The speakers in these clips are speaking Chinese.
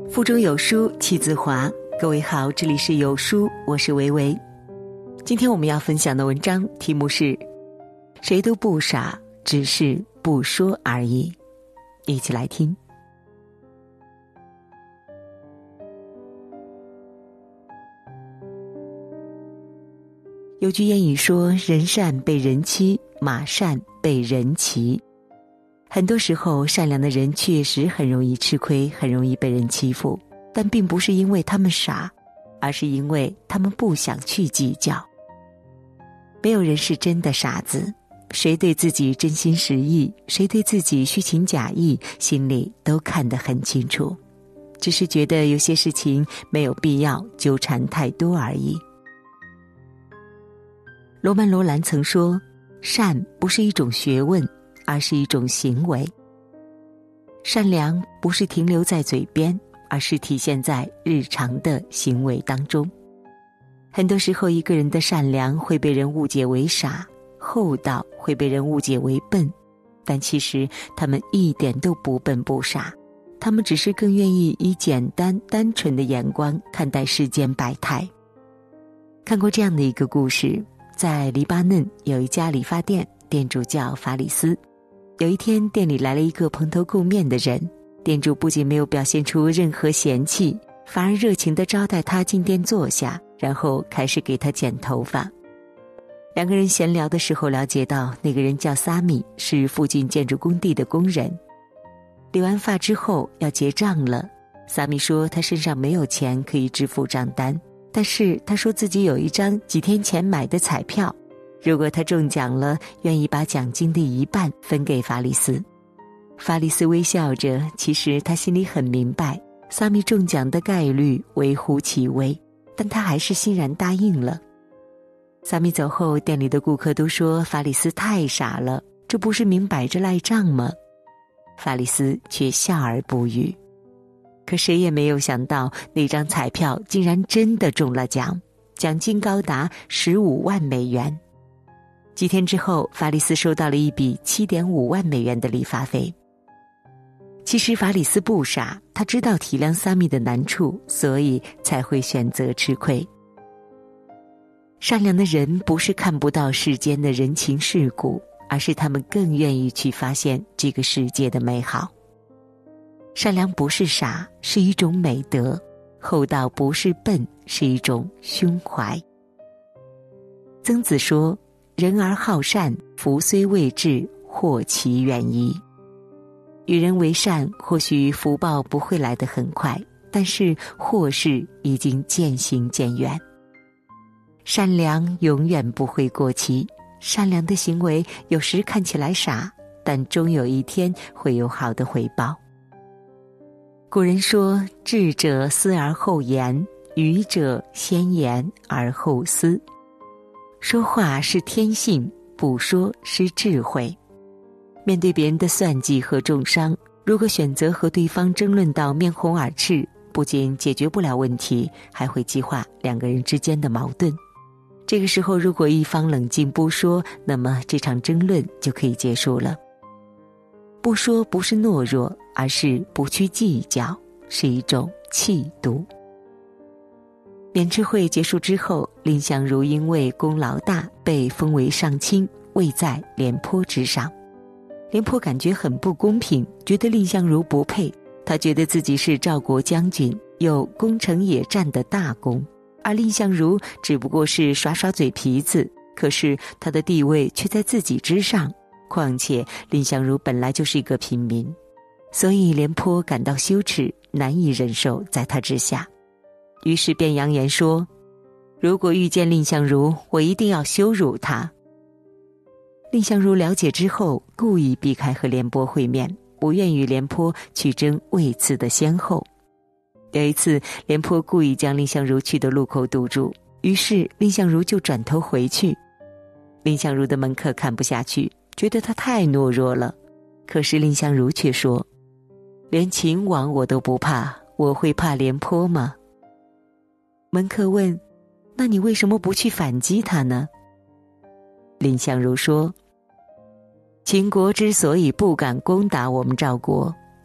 腹中有书气自华。各位好，这里是有书，我是维维。今天我们要分享的文章题目是谁都不傻，只是不说而已。一起来听。有句谚语说，人善被人欺，马善被人骑。很多时候，善良的人确实很容易吃亏，很容易被人欺负，但并不是因为他们傻，而是因为他们不想去计较。没有人是真的傻子，谁对自己真心实意，谁对自己虚情假意，心里都看得很清楚，只是觉得有些事情没有必要纠缠太多而已。罗曼·罗兰曾说，善不是一种学问，而是一种行为。善良不是停留在嘴边，而是体现在日常的行为当中。很多时候，一个人的善良会被人误解为傻，厚道会被人误解为笨，但其实他们一点都不笨不傻，他们只是更愿意以简单单纯的眼光看待世间百态。看过这样的一个故事，在黎巴嫩有一家理发店，店主叫法里斯。有一天，店里来了一个蓬头垢面的人，店主不仅没有表现出任何嫌弃，反而热情地招待他进店坐下，然后开始给他剪头发。两个人闲聊的时候了解到，那个人叫萨米，是附近建筑工地的工人。理完发之后要结账了，萨米说他身上没有钱可以支付账单，但是他说自己有一张几天前买的彩票，如果他中奖了，愿意把奖金的一半分给法里斯。法里斯微笑着，其实他心里很明白，萨米中奖的概率微乎其微，但他还是欣然答应了。萨米走后，店里的顾客都说法里斯太傻了，这不是明摆着赖账吗？法里斯却笑而不语。可谁也没有想到，那张彩票竟然真的中了奖，奖金高达15万美元。几天之后，法里斯收到了一笔7.5万美元的理发费。其实法里斯不傻，他知道体谅萨米的难处，所以才会选择吃亏。善良的人不是看不到世间的人情世故，而是他们更愿意去发现这个世界的美好。善良不是傻，是一种美德；厚道不是笨，是一种胸怀。曾子说，人而好善，福虽未至，祸其远矣。与人为善，或许福报不会来得很快，但是祸事已经渐行渐远。善良永远不会过期，善良的行为有时看起来傻，但终有一天会有好的回报。古人说，智者思而后言，愚者先言而后思。说话是天性，不说是智慧。面对别人的算计和重伤，如果选择和对方争论到面红耳赤，不仅解决不了问题，还会激化两个人之间的矛盾。这个时候，如果一方冷静不说，那么这场争论就可以结束了。不说不是懦弱，而是不去计较，是一种气度。免职会结束之后，蔺相如因为功劳大被封为上卿，位在廉颇之上。廉颇感觉很不公平，觉得蔺相如不配，他觉得自己是赵国将军，有攻城野战的大功，而蔺相如只不过是耍耍嘴皮子，可是他的地位却在自己之上，况且蔺相如本来就是一个平民，所以廉颇感到羞耻，难以忍受在他之下。于是便扬言说，如果遇见蔺相如，我一定要羞辱他。蔺相如了解之后，故意避开和廉颇会面，不愿与廉颇去争位次的先后。有一次，廉颇故意将蔺相如去的路口堵住，于是蔺相如就转头回去。蔺相如的门客看不下去，觉得他太懦弱了，可是蔺相如却说，连秦王我都不怕，我会怕廉颇吗？门客问，那你为什么不去反击他呢？蔺相如说，秦国之所以不敢攻打我们赵国，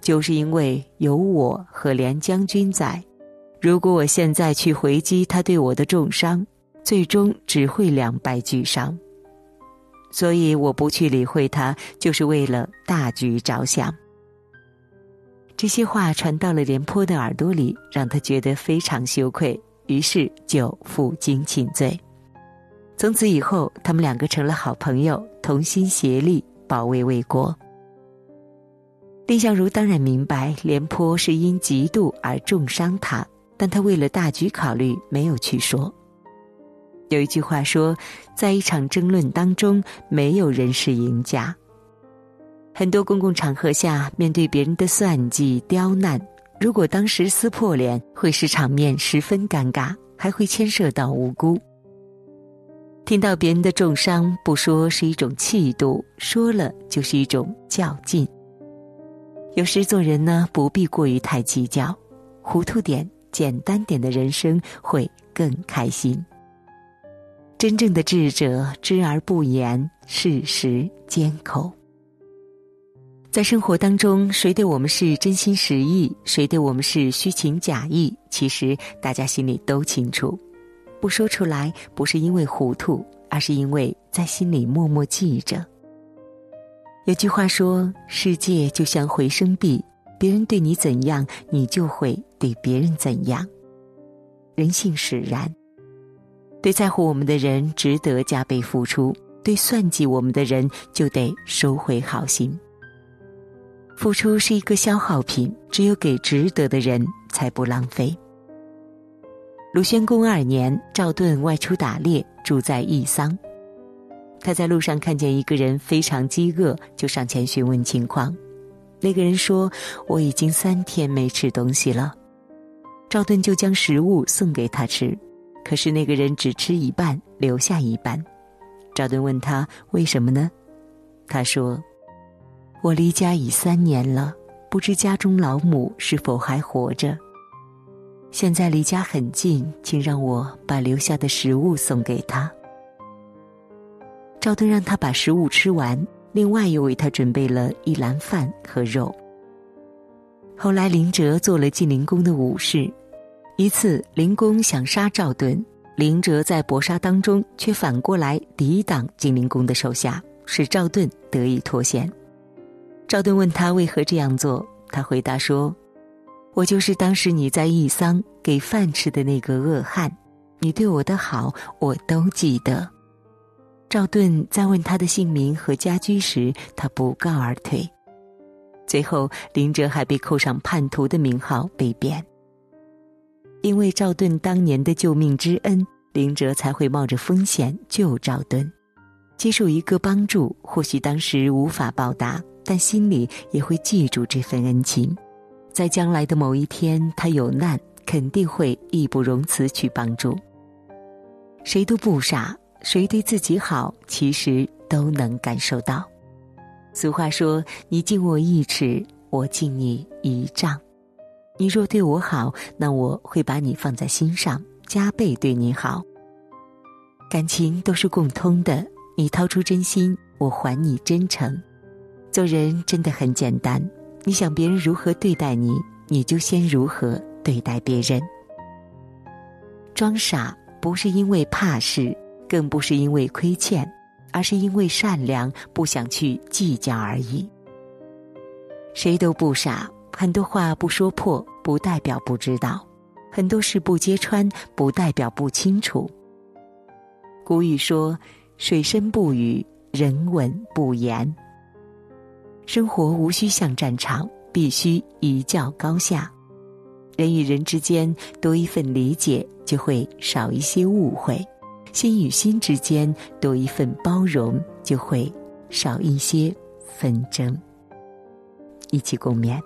就是因为有我和连将军在。如果我现在去回击他对我的重伤，最终只会两败俱伤。所以我不去理会他，就是为了大局着想。这些话传到了廉颇的耳朵里，让他觉得非常羞愧，于是就负荆请罪。从此以后，他们两个成了好朋友，同心协力保卫魏国。蔺相如当然明白廉颇是因嫉妒而重伤他，但他为了大局考虑，没有去说。有一句话说，在一场争论当中，没有人是赢家。很多公共场合下，面对别人的算计刁难，如果当时撕破脸，会使场面十分尴尬，还会牵涉到无辜。听到别人的重伤，不说是一种气度，说了就是一种较劲。有时做人呢，不必过于太计较，糊涂点、简单点的人生会更开心。真正的智者，知而不言，事实缄口。在生活当中，谁对我们是真心实意，谁对我们是虚情假意，其实大家心里都清楚。不说出来，不是因为糊涂，而是因为在心里默默记着。有句话说，世界就像回声壁，别人对你怎样，你就会对别人怎样。人性使然，对在乎我们的人值得加倍付出，对算计我们的人就得收回好心。付出是一个消耗品，只有给值得的人才不浪费。鲁宣公2年，赵盾外出打猎，住在邑桑。他在路上看见一个人非常饥饿，就上前询问情况。那个人说，我已经3天没吃东西了。赵盾就将食物送给他吃，可是那个人只吃一半，留下一半。赵盾问他为什么呢？他说，我离家已3年了，不知家中老母是否还活着。现在离家很近，请让我把留下的食物送给他。赵盾让他把食物吃完，另外又为他准备了一篮饭和肉。后来林哲做了晋灵公的武士，一次灵公想杀赵盾，林哲在搏杀当中却反过来抵挡晋灵公的手下，使赵盾得以脱险。赵盾问他为何这样做，他回答说，我就是当时你在邑桑给饭吃的那个恶汉，你对我的好我都记得。赵盾在问他的姓名和家居时，他不告而退。最后林哲还被扣上叛徒的名号被贬。因为赵盾当年的救命之恩，林哲才会冒着风险救赵盾。接受一个帮助，或许当时无法报答，但心里也会记住这份恩情。在将来的某一天，他有难，肯定会义不容辞去帮助。谁都不傻，谁对自己好，其实都能感受到。俗话说，你敬我1尺，我敬你1丈。你若对我好，那我会把你放在心上，加倍对你好。感情都是共通的，你掏出真心，我还你真诚。做人真的很简单，你想别人如何对待你，你就先如何对待别人。装傻不是因为怕事，更不是因为亏欠，而是因为善良，不想去计较而已。谁都不傻，很多话不说破，不代表不知道；很多事不揭穿，不代表不清楚。古语说，水深不语，人稳不言。生活无需像战场，必须一较高下。人与人之间多一份理解，就会少一些误会；心与心之间多一份包容，就会少一些纷争。一起共勉。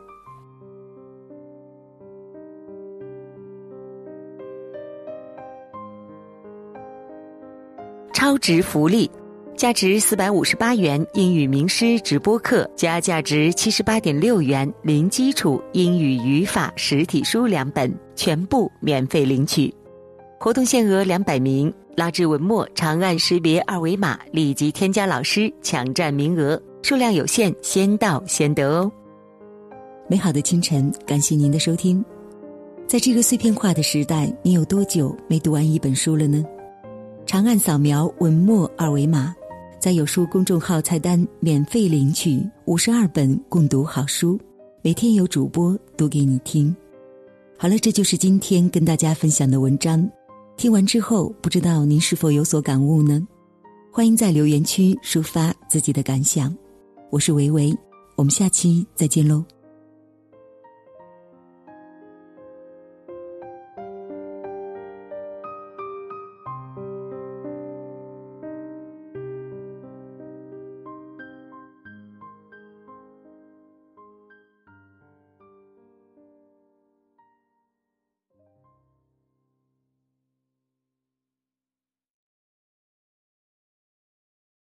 超值福利，价值458元英语名师直播课加价值78.6元零基础英语语法实体书2本，全部免费领取。活动限额200名，拉至文末长按识别2维码立即添加老师，抢占名额，数量有限，先到先得哦。 美好的清晨，感谢您的收听。在这个碎片化的时代，你有多久没读完一本书了呢？长按扫描文末二维码，在有书公众号菜单免费领取52本共读好书，每天有主播读给你听。好了，这就是今天跟大家分享的文章。听完之后，不知道您是否有所感悟呢？欢迎在留言区抒发自己的感想。我是维维，我们下期再见喽。